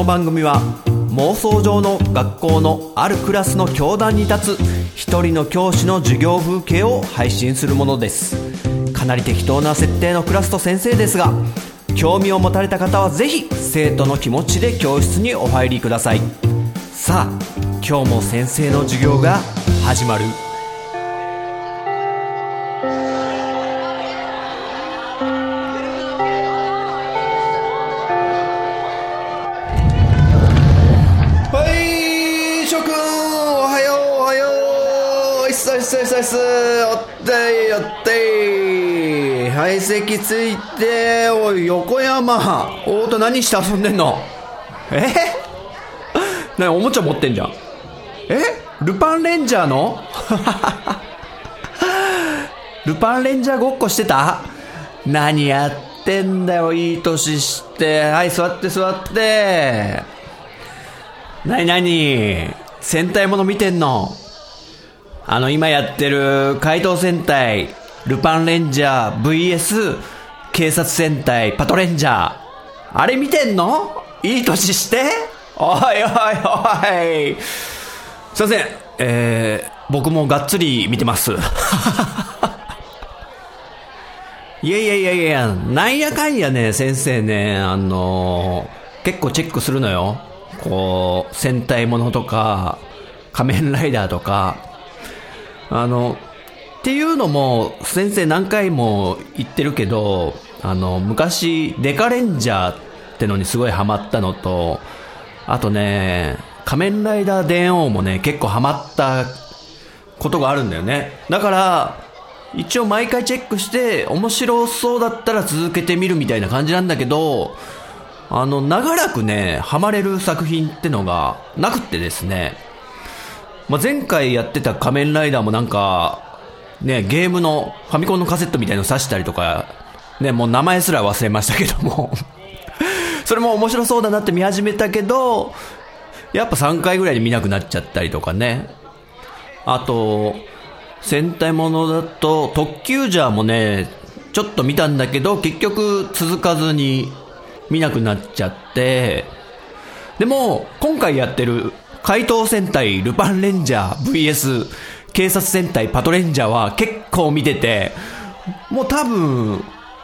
の番組は妄想上の学校のあるクラスの教壇に立つ一人の教師の授業風景を配信するものです。かなり適当な設定のクラスと先生ですが、興味を持たれた方はぜひ生徒の気持ちで教室にお入りください。さあ、今日も先生の授業が始まる。おってはい、席ついて。おい横山、おーと何して遊んでんの？何おもちゃ持ってんじゃん。ルパンレンジャーのルパンレンジャーごっこしてた？何やってんだよ、いい年して。はい、座って座って。何戦隊もの見てんの？今やってる怪盗戦隊ルパンレンジャー VS 警察戦隊パトレンジャー、あれ見てんの？いい年して。おいすいません、僕もがっつり見てますいやなんやかんやね、先生ね、結構チェックするのよ。こう戦隊ものとか仮面ライダーとかっていうのも先生何回も言ってるけど、昔デカレンジャーってのにすごいハマったのと、あとね仮面ライダー電王もね結構ハマったことがあるんだよね。だから一応毎回チェックして面白そうだったら続けてみるみたいな感じなんだけど、長らくねハマれる作品ってのがなくってですね、前回やってた仮面ライダーもなんかね、ゲームのファミコンのカセットみたいの挿したりとかね、もう名前すら忘れましたけどもそれも面白そうだなって見始めたけど、やっぱ3回ぐらいで見なくなっちゃったりとかね。あと戦隊ものだと特急ジャーもねちょっと見たんだけど結局続かずに見なくなっちゃって、でも今回やってる怪盗戦隊ルパンレンジャー VS 警察戦隊パトレンジャーは結構見てて、もう多分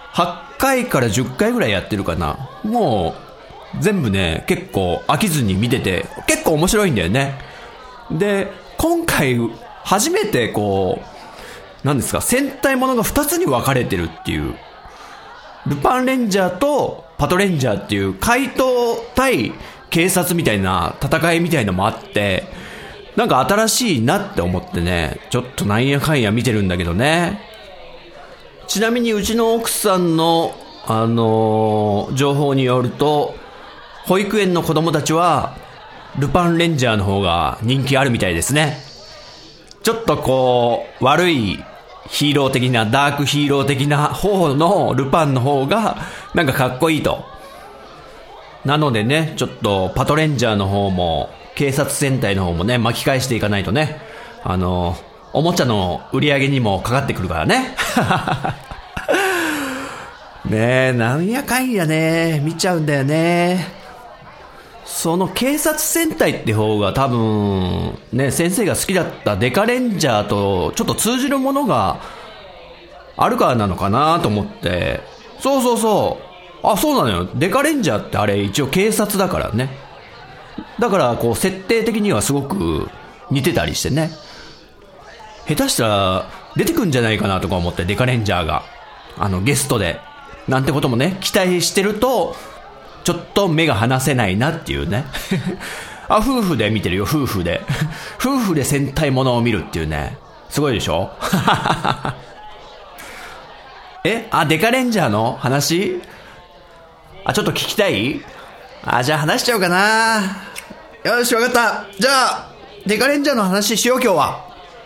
8回から10回ぐらいやってるかな。もう全部ね結構飽きずに見てて結構面白いんだよね。で今回初めてこうなんですか、戦隊ものが2つに分かれてるっていう、ルパンレンジャーとパトレンジャーっていう怪盗対警察みたいな戦いみたいのもあって、なんか新しいなって思ってね、ちょっとなんやかんや見てるんだけどね。ちなみにうちの奥さんの情報によると、保育園の子供たちはルパンレンジャーの方が人気あるみたいですね。ちょっとこう悪いヒーロー的な、ダークヒーロー的な方のルパンの方がなんかかっこいいと。なのでね、ちょっとパトレンジャーの方も警察戦隊の方もね巻き返していかないとね、おもちゃの売り上げにもかかってくるからねねえ、なんやかんやね見ちゃうんだよね。その警察戦隊って方が多分ね、先生が好きだったデカレンジャーとちょっと通じるものがあるからなのかなと思って。そうあ、そうなのよ。デカレンジャーってあれ一応警察だからね。だからこう設定的にはすごく似てたりしてね、下手したら出てくんじゃないかなとか思って、デカレンジャーがゲストでなんてこともね期待してるとちょっと目が離せないなっていうね夫婦で見てるよ。夫婦で戦隊ものを見るっていうね、すごいでしょデカレンジャーの話ちょっと聞きたい？じゃあ話しちゃおうかな。よし、わかった。じゃあデカレンジャーの話しよう今日は。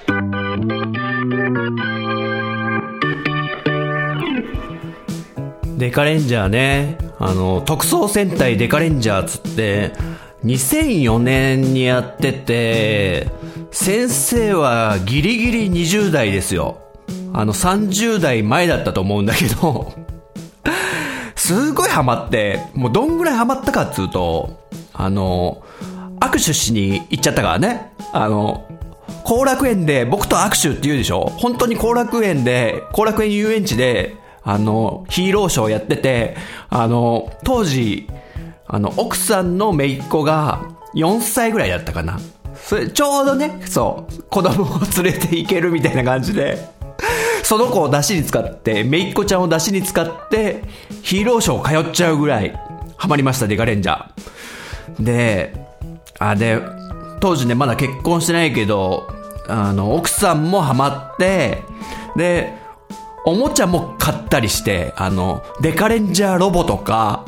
デカレンジャーね、特捜戦隊デカレンジャーつって2004年にやってて、先生はギリギリ20代ですよ。30代前だったと思うんだけどすごいハマって、もうどんぐらいハマったかっつうと、握手しに行っちゃったからね。後楽園で僕と握手って言うでしょ。本当に後楽園遊園地で、ヒーローショーやってて、当時、奥さんの姪っ子が4歳ぐらいだったかな。それ、ちょうどね、そう、子供を連れて行けるみたいな感じで、その子を出しに使って、姪っ子ちゃんを出しに使って、ヒーローショー通っちゃうぐらい、ハマりました、デカレンジャー。で、当時ね、まだ結婚してないけど、奥さんもハマって、で、おもちゃも買ったりして、デカレンジャーロボとか、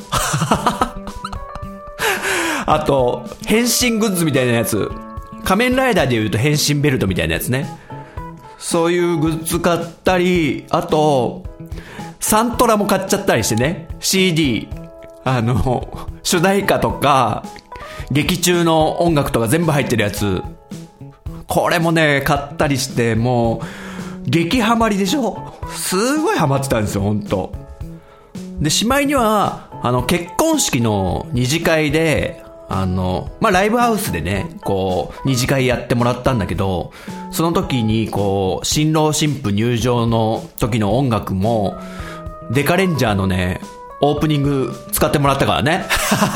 あと、変身グッズみたいなやつ、仮面ライダーで言うと変身ベルトみたいなやつね。そういうグッズ買ったり、あと、サントラも買っちゃったりしてね。CD、主題歌とか、劇中の音楽とか全部入ってるやつ。これもね、買ったりして、もう、激ハマりでしょ？すごいハマってたんですよ、ほんと。で、しまいには、結婚式の二次会で、ライブハウスでね、こう、二次会やってもらったんだけど、その時に、こう、新郎新婦入場の時の音楽も、デカレンジャーのね、オープニング使ってもらったからね。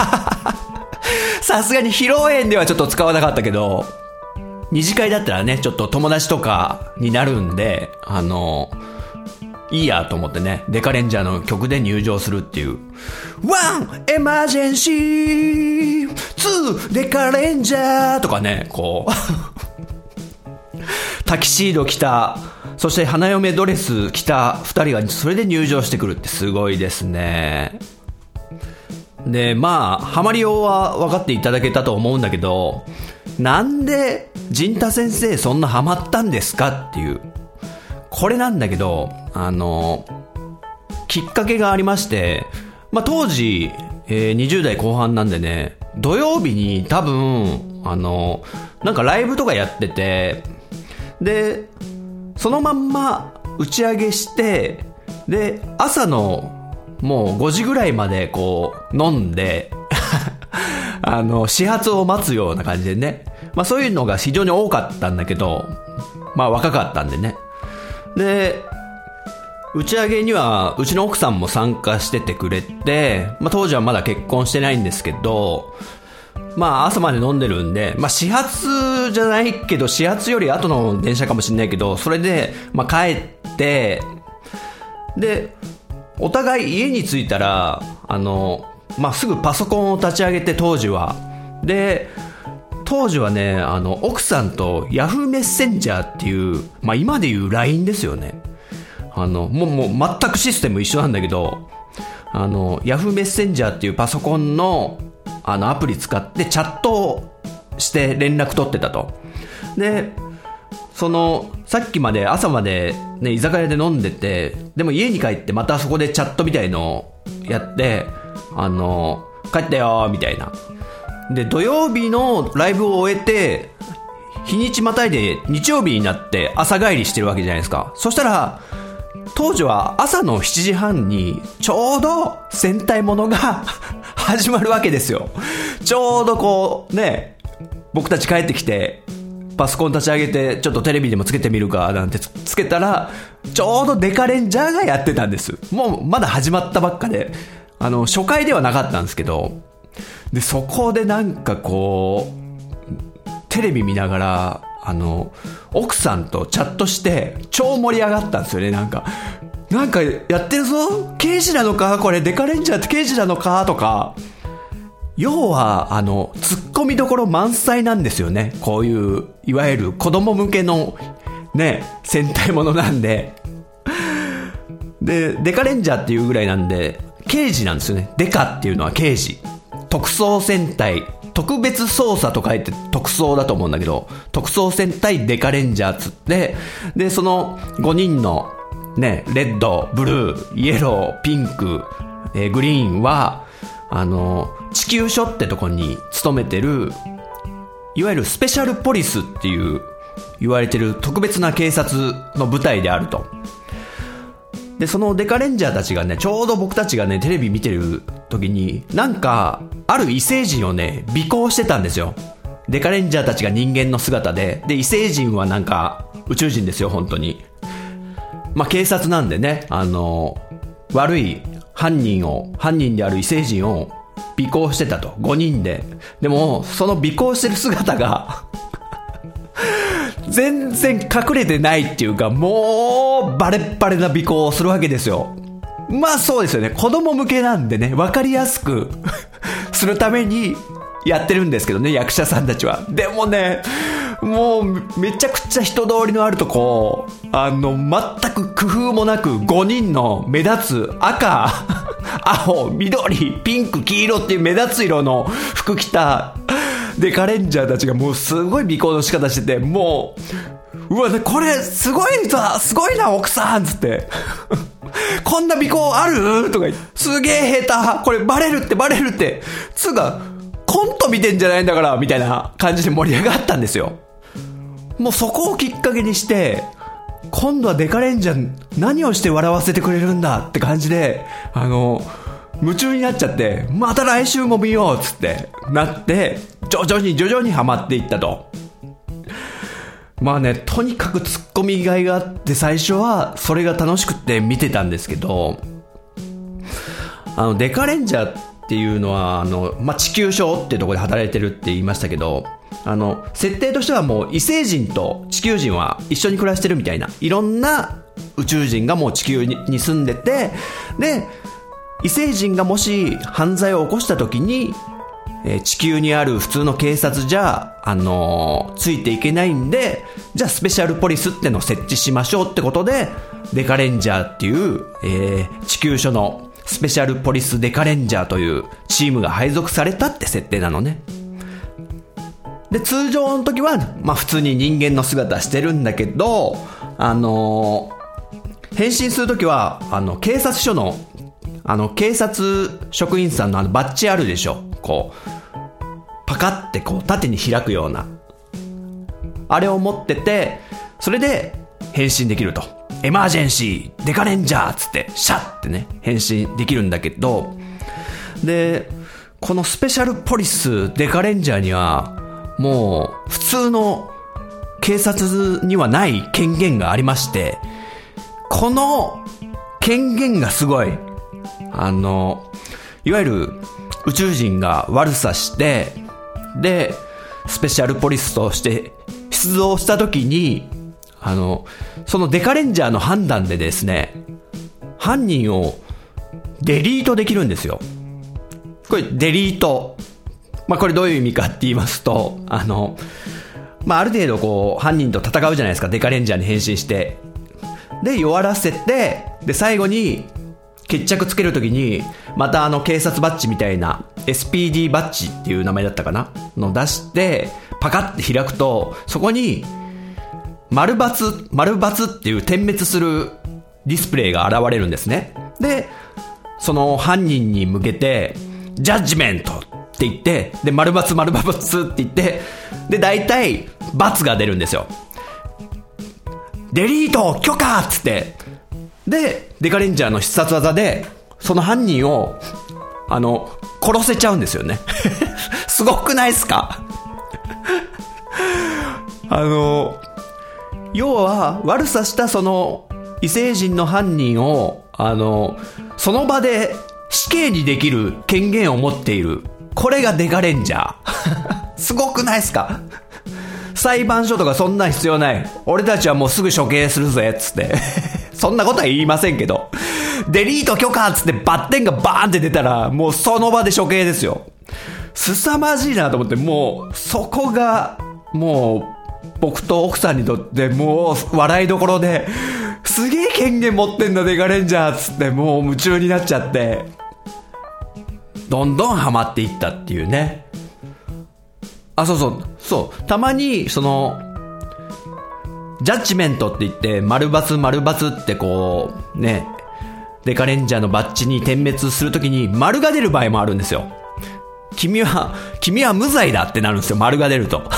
さすがに披露宴ではちょっと使わなかったけど、二次会だったらね、ちょっと友達とかになるんで、いいやと思ってね、デカレンジャーの曲で入場するっていう。1! エマージェンシー !2! デカレンジャーとかね、こう、タキシード着た、そして花嫁ドレス着た二人がそれで入場してくるってすごいですね。で、まあ、ハマりようは分かっていただけたと思うんだけど、なんで、陣太先生そんなハマったんですかっていう。これなんだけど、きっかけがありまして、まあ、当時、20代後半なんでね、土曜日に多分、なんかライブとかやってて、で、そのまんま打ち上げして、で、朝のもう5時ぐらいまでこう飲んで、始発を待つような感じでね。まあそういうのが非常に多かったんだけど、まあ若かったんでね。で、打ち上げにはうちの奥さんも参加しててくれて、まあ当時はまだ結婚してないんですけど、まあ朝まで飲んでるんで、まあ始発じゃないけど、始発より後の電車かもしれないけど、それで、まあ帰って、で、お互い家に着いたら、まあすぐパソコンを立ち上げて当時は。で、当時はね、奥さんと Yahoo メッセンジャーっていう、まあ今でいう LINE ですよね。もう全くシステム一緒なんだけど、Yahoo メッセンジャーっていうパソコンのアプリ使ってチャットをして連絡取ってたと。で、さっきまで朝までね、居酒屋で飲んでて、でも家に帰ってまたそこでチャットみたいのをやって、帰ったよーみたいな。で、土曜日のライブを終えて、日にちまたいで日曜日になって朝帰りしてるわけじゃないですか。そしたら、当時は朝の7時半にちょうど戦隊ものが始まるわけですよ。ちょうどこうね、僕たち帰ってきてパソコン立ち上げてちょっとテレビでもつけてみるかなんてつけたら、ちょうどデカレンジャーがやってたんです。もうまだ始まったばっかで、初回ではなかったんですけど、でそこでなんかこうテレビ見ながら奥さんとチャットして超盛り上がったんですよね。なんかやってるぞ、刑事なのかこれ、デカレンジャーって刑事なのかとか、要はツッコミどころ満載なんですよね。こういういわゆる子供向けのね戦隊ものなんで、でデカレンジャーっていうぐらいなんで刑事なんですよね。デカっていうのは刑事、特捜戦隊、特別捜査と書いて特捜だと思うんだけど、特捜戦隊デカレンジャーつって、でその5人のね、レッド、ブルー、イエロー、ピンク、グリーンは地球署ってとこに勤めてる、いわゆるスペシャルポリスっていう言われてる特別な警察の部隊であると。 で、そのデカレンジャーたちがね、ちょうど僕たちがね、テレビ見てる時に、なんか、ある異星人をね、尾行してたんですよ。デカレンジャーたちが人間の姿で、異星人はなんか、宇宙人ですよ、本当に。まあ、警察なんでね、悪い犯人である異星人を尾行してたと。5人で。でも、その尾行してる姿が、全然隠れてないっていうか、もうバレッバレな尾行をするわけですよ。まあそうですよね、子供向けなんでね、分かりやすくするためにやってるんですけどね、役者さんたちは。でもね、もうめちゃくちゃ人通りのあるとこ、全く工夫もなく5人の目立つ赤青緑ピンク黄色っていう目立つ色の服着たデカレンジャーたちがもうすごい尾行の仕方してて、もう、うわ、これすごいな奥さんつってこんな尾行あるとか言って、すげえ下手、これバレるってつうかコント見てんじゃないんだからみたいな感じで盛り上がったんですよ。もうそこをきっかけにして、今度はデカレンジャー何をして笑わせてくれるんだって感じで、夢中になっちゃって、また来週も見ようっつってなって、徐々にハマっていったと。まあね、とにかくツッコミがいがあって、最初はそれが楽しくて見てたんですけど、デカレンジャーっていうのは地球省っていうところで働いてるって言いましたけど、設定としてはもう異星人と地球人は一緒に暮らしてるみたいな、いろんな宇宙人がもう地球に住んでて、で異星人がもし犯罪を起こした時に、地球にある普通の警察じゃついていけないんで、じゃあスペシャルポリスってのを設置しましょうってことで、デカレンジャーっていう、地球署のスペシャルポリスデカレンジャーというチームが配属されたって設定なのね。で、通常の時はまあ普通に人間の姿してるんだけど、変身する時は警察署の警察職員さんのバッジあるでしょ、こうパカってこう縦に開くようなあれを持ってて、それで変身できると。エマージェンシーデカレンジャーつってシャッってね変身できるんだけど、でこのスペシャルポリスデカレンジャーにはもう普通の警察にはない権限がありまして、この権限がすごい。いわゆる宇宙人が悪さして、でスペシャルポリスとして出動した時に、そのデカレンジャーの判断でですね、犯人をデリートできるんですよ。これデリート、これどういう意味かって言いますと、ある程度こう犯人と戦うじゃないですか、デカレンジャーに変身して、で弱らせて、で最後に決着つけるときにまた警察バッジみたいな SPD バッジっていう名前だったかなの出して、パカって開くと、そこに丸×っていう点滅するディスプレイが現れるんですね。でその犯人に向けてジャッジメントって言って、で丸×って言って、で大体×が出るんですよ。デリート許可っつって、でデカレンジャーの必殺技でその犯人を殺せちゃうんですよねすごくないっすか要は悪さしたその異星人の犯人をその場で死刑にできる権限を持っている、これがデカレンジャーすごくないっすか。裁判所とかそんなん必要ない、俺たちはもうすぐ処刑するぜっつってそんなことは言いませんけど、デリート許可っつってバッテンがバーンって出たら、もうその場で処刑ですよ。凄まじいなと思って、もうそこがもう僕と奥さんにとってもう笑いどころで、すげえ権限持ってんだデカレンジャーっつって、もう夢中になっちゃって、どんどんハマっていったっていうね。そうたまにそのジャッジメントって言って丸×ってこうね、デカレンジャーのバッジに点滅するときに丸が出る場合もあるんですよ。君は無罪だってなるんですよ、丸が出ると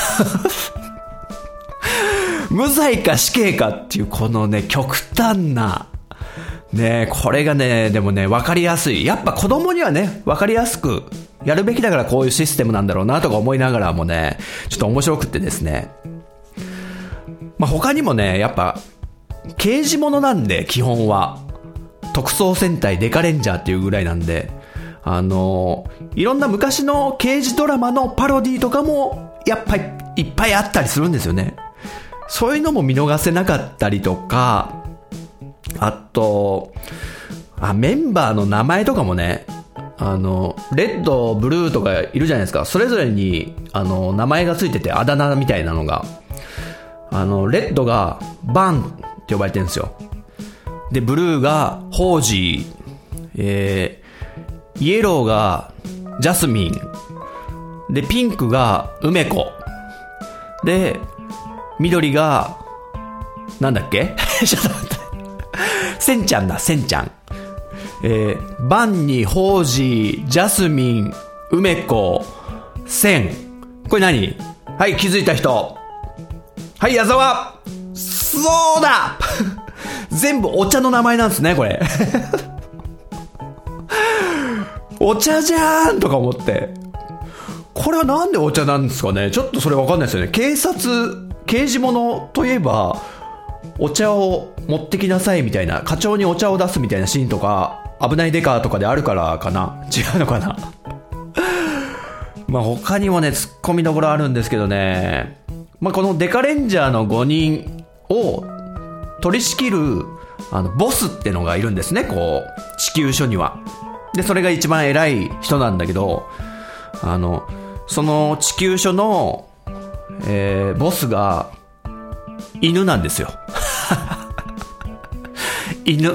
無罪か死刑かっていう、このね極端なねえ、これがね、でもね、わかりやすい。やっぱ子供にはね、わかりやすくやるべきだからこういうシステムなんだろうなとか思いながらもね、ちょっと面白くってですね。まあ、他にもね、やっぱ、刑事物なんで、基本は。特捜戦隊デカレンジャーっていうぐらいなんで、いろんな昔の刑事ドラマのパロディとかも、やっぱりいっぱいあったりするんですよね。そういうのも見逃せなかったりとか、あと、メンバーの名前とかもね、レッド、ブルーとかいるじゃないですか。それぞれに、名前がついてて、あだ名みたいなのが。レッドが、バンって呼ばれてるんですよ。で、ブルーが、ホージー。イエローが、ジャスミン。で、ピンクが、梅子。で、緑が、なんだっけちょっと待って。センちゃんだ、センちゃん。バンに、ホージー、ジャスミン、梅子、セン。これ何？はい、気づいた人。はい、矢沢。そうだ全部お茶の名前なんですね、これ。お茶じゃーんとか思って。これはなんでお茶なんですかね。ちょっとそれわかんないですよね。刑事物といえば、お茶を持ってきなさいみたいな、課長にお茶を出すみたいなシーンとか、危ないデカとかであるからかな。違うのかな。まあ他にもね、突っ込みどころあるんですけどね。まあこのデカレンジャーの5人を取り仕切る、ボスってのがいるんですね、こう、地球署には。で、それが一番偉い人なんだけど、その地球署の、ボスが、犬なんですよ。犬。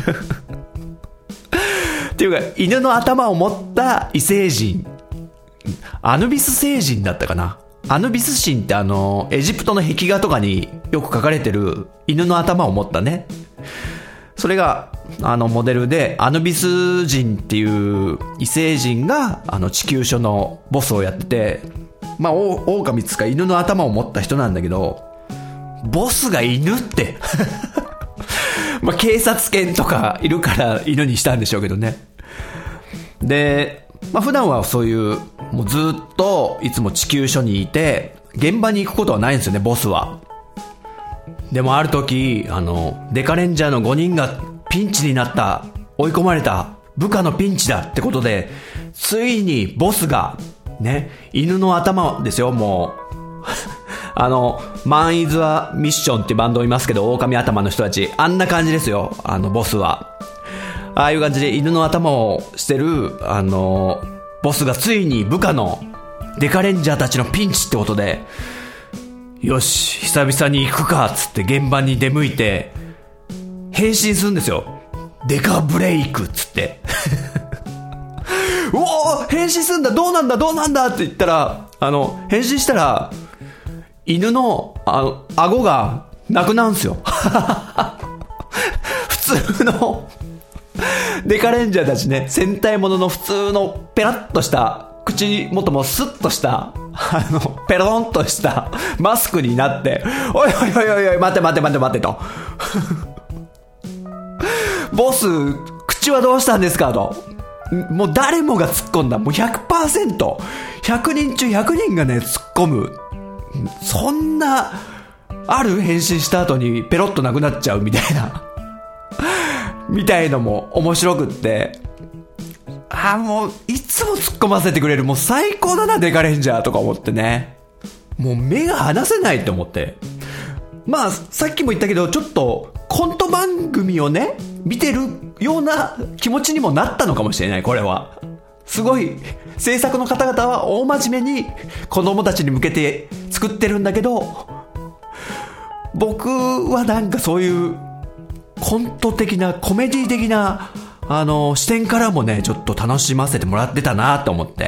っていうか、犬の頭を持った異星人。アヌビス星人だったかな。アヌビス神ってエジプトの壁画とかによく描かれてる犬の頭を持ったね。それが、モデルで、アヌビス人っていう異星人が、地球署のボスをやってて、まあ、狼つか犬の頭を持った人なんだけど、ボスが犬って。まあ、警察犬とかいるから犬にしたんでしょうけどね。で、まあ、普段はそういう、もうずっといつも地球署にいて、現場に行くことはないんですよね、ボスは。でもある時、デカレンジャーの5人がピンチになった、追い込まれた、部下のピンチだってことで、ついにボスが、ね、犬の頭ですよ、もう。マンイズはミッションってバンドいますけど、狼頭の人たち、あんな感じですよ、ボスは。ああいう感じで犬の頭をしてる、ボスがついに部下のデカレンジャーたちのピンチってことで、よし、久々に行くかっつって現場に出向いて、変身するんですよ。デカブレイクっつって。おー変身するんだ、どうなんだって言ったら、変身したら、犬の、顎がなくなるんですよ。普通の、デカレンジャーたちね、戦隊ものの普通のペラッとした口元もスッとしたペロンとしたマスクになって、おい待てと。ボス、口はどうしたんですかと。もう誰もが突っ込んだ。もう 100%。100人中100人がね、突っ込む。そんな、ある変身した後にペロッとなくなっちゃうみたいな。みたいのも面白くって。もう、いつも突っ込ませてくれる。もう最高だな、デカレンジャーとか思ってね。もう目が離せないと思って。まあ、さっきも言ったけど、ちょっと、コント番組をね、見てるような気持ちにもなったのかもしれない、これは。すごい、制作の方々は大真面目に子供たちに向けて作ってるんだけど、僕はなんかそういうコント的な、コメディ的な、視点からもね、ちょっと楽しませてもらってたなと思って。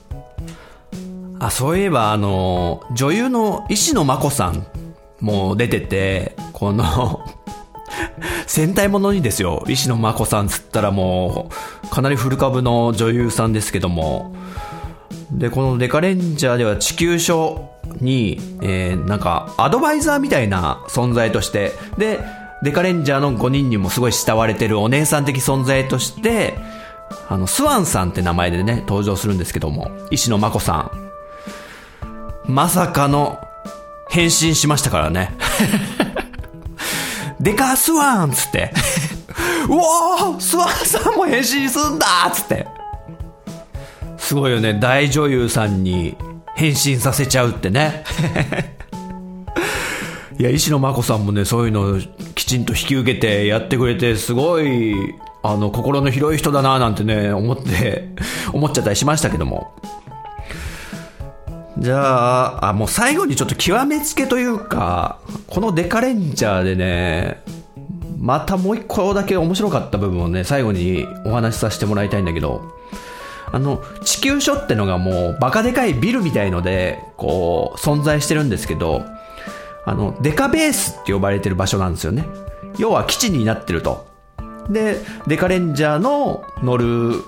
そういえば女優の石野真子さんも出てて、この戦隊ものにですよ、石野真子さんつったらもうかなり古株の女優さんですけども、でこのデカレンジャーでは地球書に、なんかアドバイザーみたいな存在として、でデカレンジャーの5人にもすごい慕われてるお姉さん的存在として、スワンさんって名前でね、登場するんですけども、石野真子さん。まさかの変身しましたからね。デカスワンつって。うおースワンさんも変身すんだつって。すごいよね、大女優さんに変身させちゃうってね。いや、石野真子さんもね、そういうのをきちんと引き受けてやってくれて、すごい、心の広い人だななんてね、思っちゃったりしましたけども。じゃあ、もう最後にちょっと極めつけというか、このデカレンジャーでね、またもう一個だけ面白かった部分をね、最後にお話しさせてもらいたいんだけど、地球所ってのがもうバカでかいビルみたいので、こう、存在してるんですけど、デカベースって呼ばれてる場所なんですよね。要は基地になってると。で、デカレンジャーの乗る、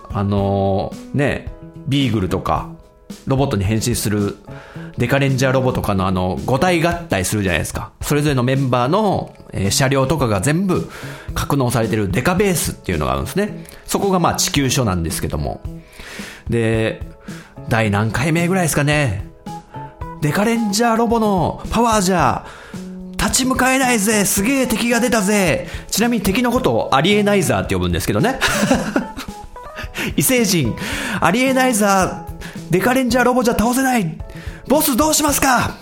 ビーグルとか、ロボットに変身するデカレンジャーロボとかの5体合体するじゃないですか。それぞれのメンバーの、車両とかが全部格納されてるデカベースっていうのがあるんですね。そこがまあ地球所なんですけども。で、第何回目ぐらいですかね。デカレンジャーロボのパワーじゃ立ち向かえないぜ、すげえ敵が出たぜ。ちなみに敵のことをアリエナイザーって呼ぶんですけどね。異星人アリエナイザー、デカレンジャーロボじゃ倒せない、ボスどうしますか。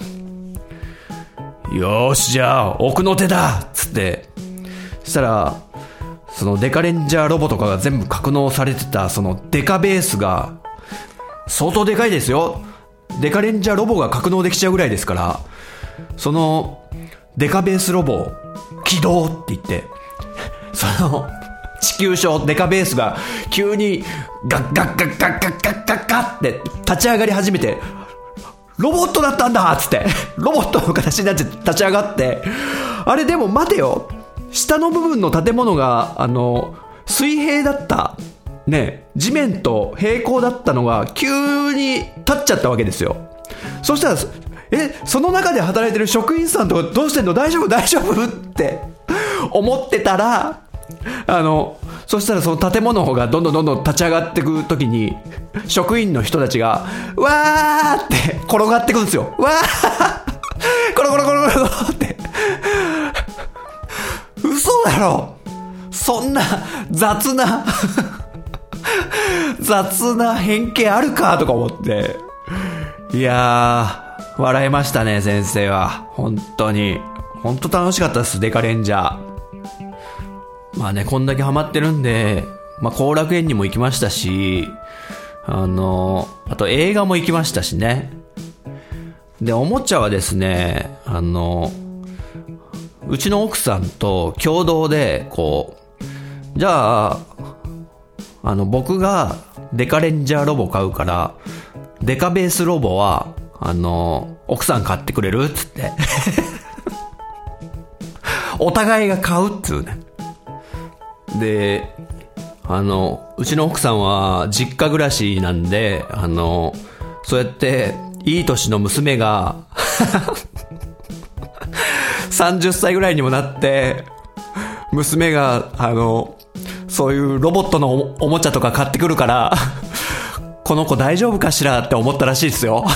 よーし、じゃあ奥の手だつって、そしたらそのデカレンジャーロボとかが全部格納されてたそのデカベースが相当でかいですよ。デカレンジャーロボが格納できちゃうぐらいですから、そのデカベースロボ起動って言って、その地球上デカベースが急にガッガッガッガッガッガッガッガッって立ち上がり始めて、ロボットだったんだっつって、ロボットの形になって立ち上がって、あれでも待てよ、下の部分の建物が水平だったね、地面と平行だったのが急に立っちゃったわけですよ。そしたらその中で働いてる職員さんとかどうしてんの、大丈夫大丈夫って思ってたら、そしたらその建物がどんどん立ち上がっていくときに、職員の人たちがわーって転がっていくんですよ。わーコロコロコロコロって嘘だろ、そんな雑な変形あるかとか思って、いやー笑いましたね、先生は。本当楽しかったです、デカレンジャー。まあね、こんだけハマってるんで、まあ後楽園にも行きましたし、あと映画も行きましたしね。で、おもちゃはですね、うちの奥さんと共同で、こう、じゃあ、僕がデカレンジャーロボ買うから、デカベースロボは、奥さん買ってくれるっつって。お互いが買うっつうね。で、うちの奥さんは実家暮らしなんで、そうやっていい年の娘が30歳ぐらいにもなって、娘がそういうロボットのおもちゃとか買ってくるからこの子大丈夫かしらって思ったらしいですよ。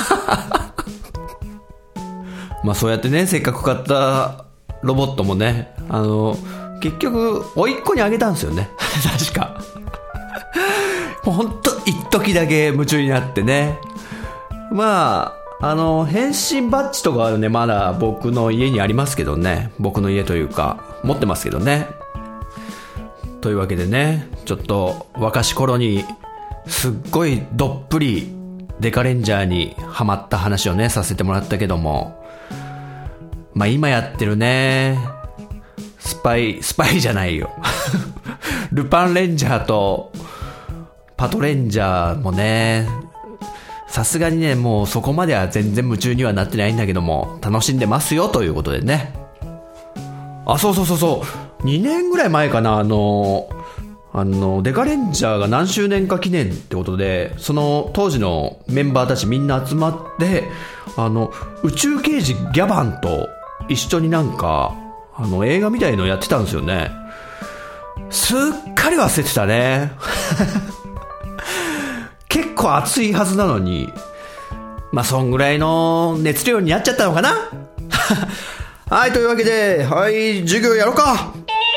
まあそうやってね、せっかく買ったロボットもね、結局甥っ子にあげたんですよね。確かもうほんと一時だけ夢中になってね。まあ変身バッジとかはね、まだ僕の家にありますけどね。僕の家というか持ってますけどね。というわけでね、ちょっと若し頃にすっごいどっぷりデカレンジャーにハマった話をね、させてもらったけども、まあ今やってるね、スパイじゃないよ。ルパンレンジャーとパトレンジャーもね、さすがにね、もうそこまでは全然夢中にはなってないんだけども、楽しんでますよということでね。あ、そう。2年ぐらい前かな、デカレンジャーが何周年か記念ってことで、その当時のメンバーたちみんな集まって、宇宙刑事ギャバンと一緒になんか、 映画みたいのやってたんですよね。すっかり忘れてたね。結構熱いはずなのに、まあそんぐらいの熱量になっちゃったのかな。はい、というわけで、はい、授業やろうか。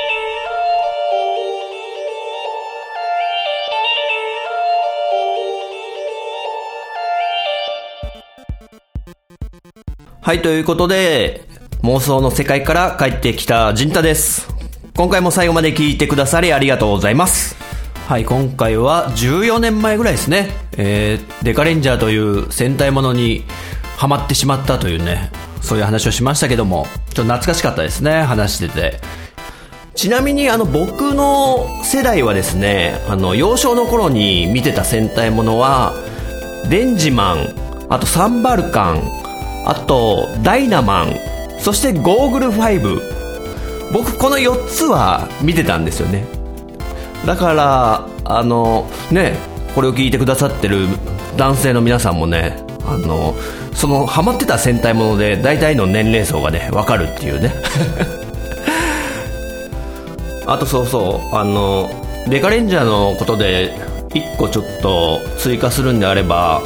はい、ということで、妄想の世界から帰ってきた陣太です。今回も最後まで聞いてくださりありがとうございます。はい、今回は14年前ぐらいですね。デカレンジャーという戦隊ものにハマってしまったというね、そういう話をしましたけども、ちょっと懐かしかったですね、話してて。ちなみに僕の世代はですね、幼少の頃に見てた戦隊ものは、デンジマン、あとサンバルカン、あとダイナマン、そしてゴーグル5、僕この4つは見てたんですよね。だからね、これを聞いてくださってる男性の皆さんもね、そのハマってた戦隊もので大体の年齢層がね分かるっていうね。あとそうそう、デカレンジャーのことで1個ちょっと追加するんであれば、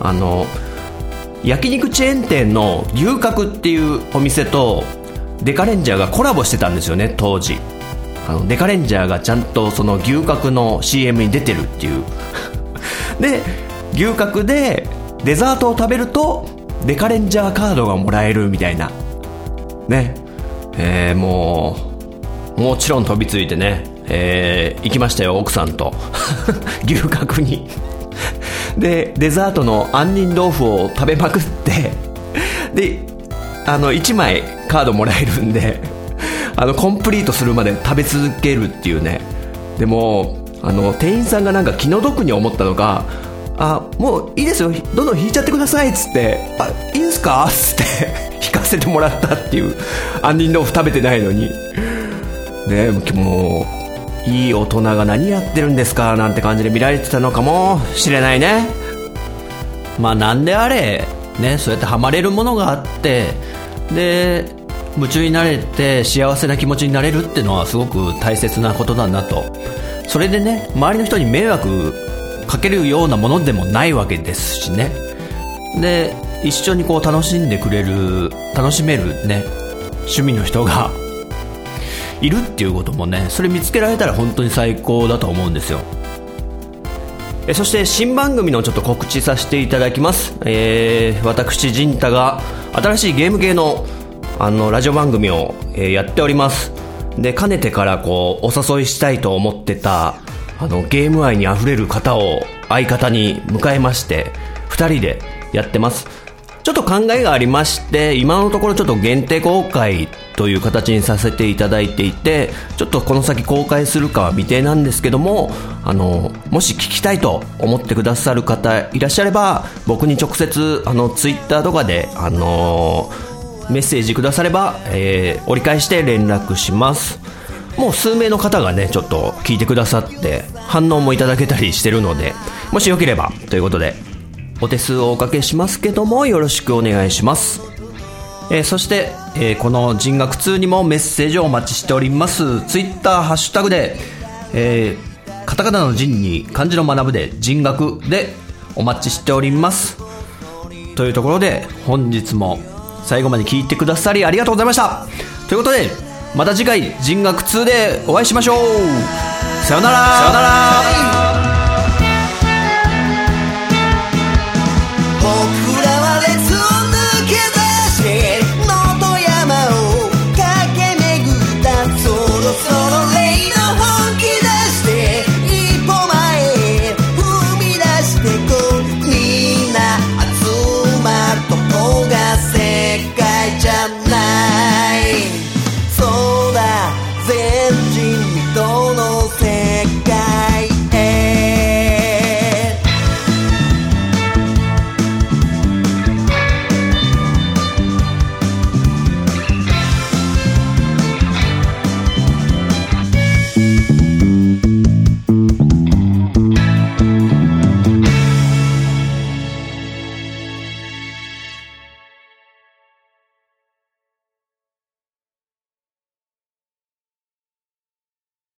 焼肉チェーン店の牛角っていうお店とデカレンジャーがコラボしてたんですよね、当時。デカレンジャーがちゃんとその牛角の CM に出てるっていう。で、牛角でデザートを食べるとデカレンジャーカードがもらえるみたいなね。もちろん飛びついてね、行きましたよ、奥さんと。牛角に。で、デザートの杏仁豆腐を食べまくって、で、1枚カードもらえるんで、コンプリートするまで食べ続けるっていうね。でも、店員さんがなんか気の毒に思ったのが、もういいですよ、どんどん引いちゃってくださいっつって、いいんすかっつって引かせてもらったっていう。杏仁豆腐食べてないのにね。もういい大人が何やってるんですかなんて感じで見られてたのかもしれないね。まあなんであれね、そうやってハマれるものがあって、で夢中になれて幸せな気持ちになれるってのはすごく大切なことだなと。それでね、周りの人に迷惑かけるようなものでもないわけですしね。で、一緒にこう楽しんでくれる、楽しめるね、趣味の人がいるっていうこともね、それ見つけられたら本当に最高だと思うんですよ。そして新番組のちょっと告知させていただきます。私陣太が新しいゲーム系のラジオ番組を、やっております。で、かねてからこうお誘いしたいと思ってたゲーム愛にあふれる方を相方に迎えまして、2人でやってます。ちょっと考えがありまして、今のところちょっと限定公開という形にさせていただいていて、ちょっとこの先公開するかは未定なんですけども、もし聞きたいと思ってくださる方いらっしゃれば、僕に直接ツイッターとかでメッセージくだされば、折り返して連絡します。もう数名の方がねちょっと聞いてくださって反応もいただけたりしてるので、もしよければということでお手数をおかけしますけども、よろしくお願いします。そして、この人学2にもメッセージをお待ちしております。ツイッターハッシュタグで、カタカナの人に漢字の学ぶで人学でお待ちしております。というところで本日も最後まで聞いてくださりありがとうございました。ということでまた次回人学2でお会いしましょう。さよなら。さよなら。